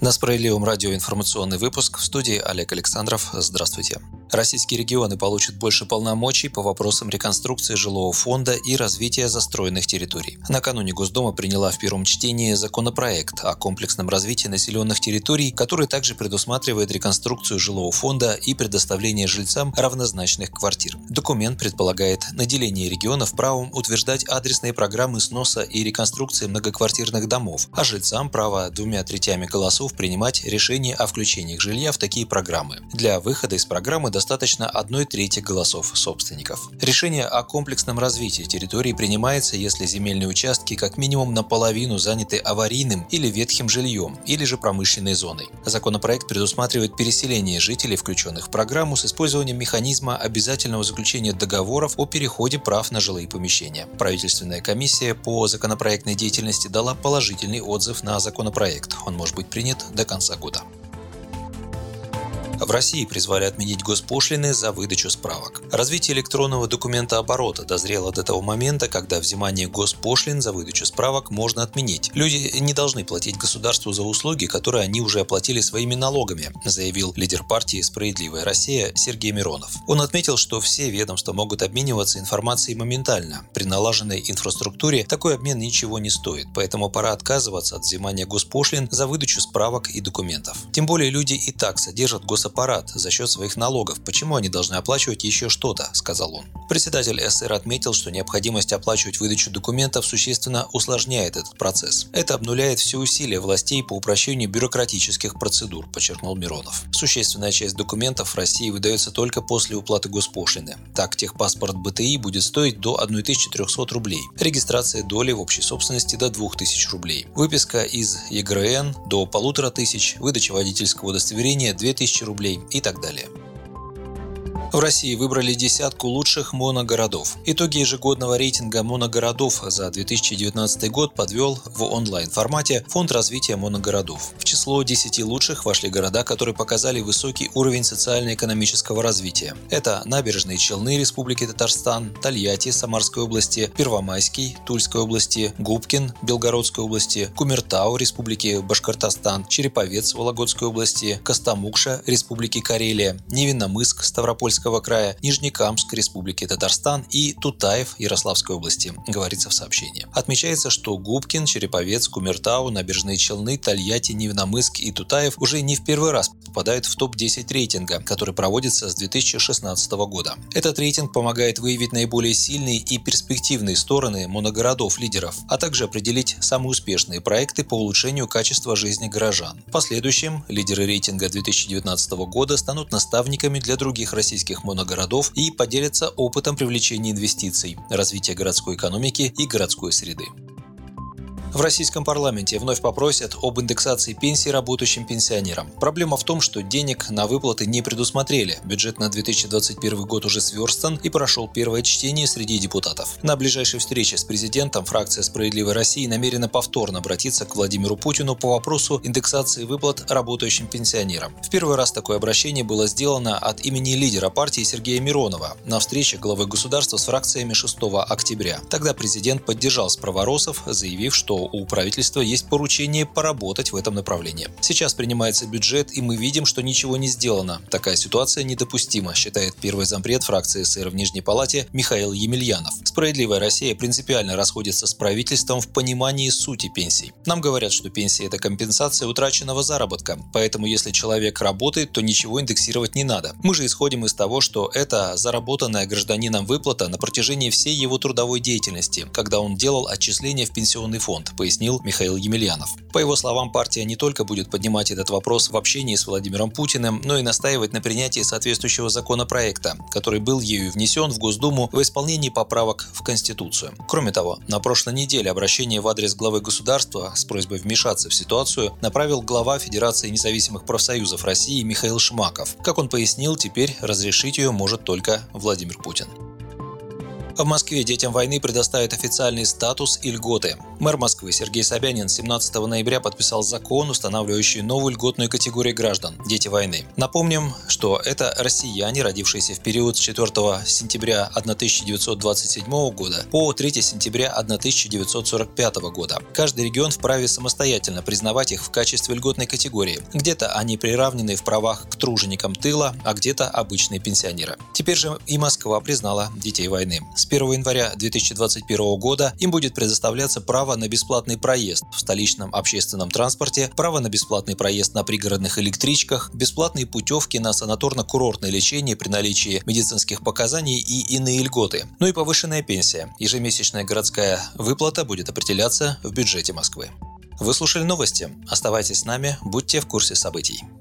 На Справедливом радио информационный выпуск, в студии Олег Александров. Здравствуйте. Российские регионы получат больше полномочий по вопросам реконструкции жилого фонда и развития застроенных территорий. Накануне Госдума приняла в первом чтении законопроект о комплексном развитии населенных территорий, который также предусматривает реконструкцию жилого фонда и предоставление жильцам равнозначных квартир. Документ предполагает наделение регионов правом утверждать адресные программы сноса и реконструкции многоквартирных домов, а жильцам право 2/3 голосов принимать решение о включении их жилья в такие программы. Для выхода из программы достаточно 1/3 голосов собственников. Решение о комплексном развитии территории принимается, если земельные участки как минимум наполовину заняты аварийным или ветхим жильем, или же промышленной зоной. Законопроект предусматривает переселение жителей, включенных в программу, с использованием механизма обязательного заключения договоров о переходе прав на жилые помещения. Правительственная комиссия по законопроектной деятельности дала положительный отзыв на законопроект. Он может быть принят до конца года. В России призвали отменить госпошлины за выдачу справок. Развитие электронного документооборота дозрело до того момента, когда взимание госпошлин за выдачу справок можно отменить. Люди не должны платить государству за услуги, которые они уже оплатили своими налогами, заявил лидер партии «Справедливая Россия» Сергей Миронов. Он отметил, что все ведомства могут обмениваться информацией моментально. При налаженной инфраструктуре такой обмен ничего не стоит, поэтому пора отказываться от взимания госпошлин за выдачу справок и документов. Тем более люди и так содержат госаппарат за счет своих налогов. Почему они должны оплачивать еще что-то, сказал он. Председатель СР отметил, что необходимость оплачивать выдачу документов существенно усложняет этот процесс. Это обнуляет все усилия властей по упрощению бюрократических процедур, подчеркнул Миронов. Существенная часть документов в России выдается только после уплаты госпошлины. Так, техпаспорт БТИ будет стоить до 1300 рублей. Регистрация доли в общей собственности до 2000 рублей. Выписка из ЕГРН до 1500, выдача водительского удостоверения 2000 рублей и так далее. В России выбрали десятку лучших моногородов. Итоги ежегодного рейтинга моногородов за 2019 год подвел в онлайн-формате Фонд развития моногородов. В число 10 лучших вошли города, которые показали высокий уровень социально-экономического развития. Это Набережные Челны Республики Татарстан, Тольятти Самарской области, Первомайский Тульской области, Губкин Белгородской области, Кумертау Республики Башкортостан, Череповец Вологодской области, Костомукша Республики Карелия, Невинномысск Ставропольской края, Нижнекамск Республики Татарстан и Тутаев Ярославской области, говорится в сообщении. Отмечается, что Губкин, Череповец, Кумертау, Набережные Челны, Тольятти, Невинномысск и Тутаев уже не в первый раз попадают в топ-10 рейтинга, который проводится с 2016 года. Этот рейтинг помогает выявить наиболее сильные и перспективные стороны моногородов-лидеров, а также определить самые успешные проекты по улучшению качества жизни горожан. В последующем лидеры рейтинга 2019 года станут наставниками для других российских моногородов и поделятся опытом привлечения инвестиций, развития городской экономики и городской среды. В российском парламенте вновь попросят об индексации пенсий работающим пенсионерам. Проблема в том, что денег на выплаты не предусмотрели. Бюджет на 2021 год уже сверстан и прошел первое чтение среди депутатов. На ближайшей встрече с президентом фракция «Справедливой России» намерена повторно обратиться к Владимиру Путину по вопросу индексации выплат работающим пенсионерам. В первый раз такое обращение было сделано от имени лидера партии Сергея Миронова на встрече главы государства с фракциями 6 октября. Тогда президент поддержал справоросов, заявив, что у правительства есть поручение поработать в этом направлении. Сейчас принимается бюджет, и мы видим, что ничего не сделано. Такая ситуация недопустима, считает первый зампред фракции СР в Нижней Палате Михаил Емельянов. «Справедливая Россия» принципиально расходится с правительством в понимании сути пенсий. Нам говорят, что пенсия – это компенсация утраченного заработка, поэтому если человек работает, то ничего индексировать не надо. Мы же исходим из того, что это заработанная гражданином выплата на протяжении всей его трудовой деятельности, когда он делал отчисления в пенсионный фонд, пояснил Михаил Емельянов. По его словам, партия не только будет поднимать этот вопрос в общении с Владимиром Путиным, но и настаивать на принятии соответствующего законопроекта, который был ею внесен в Госдуму в исполнении поправок в Конституцию. Кроме того, на прошлой неделе обращение в адрес главы государства с просьбой вмешаться в ситуацию направил глава Федерации независимых профсоюзов России Михаил Шмаков. Как он пояснил, теперь разрешить ее может только Владимир Путин. В Москве детям войны предоставят официальный статус и льготы. Мэр Москвы Сергей Собянин 17 ноября подписал закон, устанавливающий новую льготную категорию граждан – дети войны. Напомним, что это россияне, родившиеся в период с 4 сентября 1927 года по 3 сентября 1945 года. Каждый регион вправе самостоятельно признавать их в качестве льготной категории. Где-то они приравнены в правах к труженикам тыла, а где-то обычные пенсионеры. Теперь же и Москва признала детей войны. С 1 января 2021 года им будет предоставляться право на бесплатный проезд в столичном общественном транспорте, право на бесплатный проезд на пригородных электричках, бесплатные путевки на санаторно-курортное лечение при наличии медицинских показаний и иные льготы. Ну и повышенная пенсия. Ежемесячная городская выплата будет определяться в бюджете Москвы. Вы слушали новости. Оставайтесь с нами, будьте в курсе событий.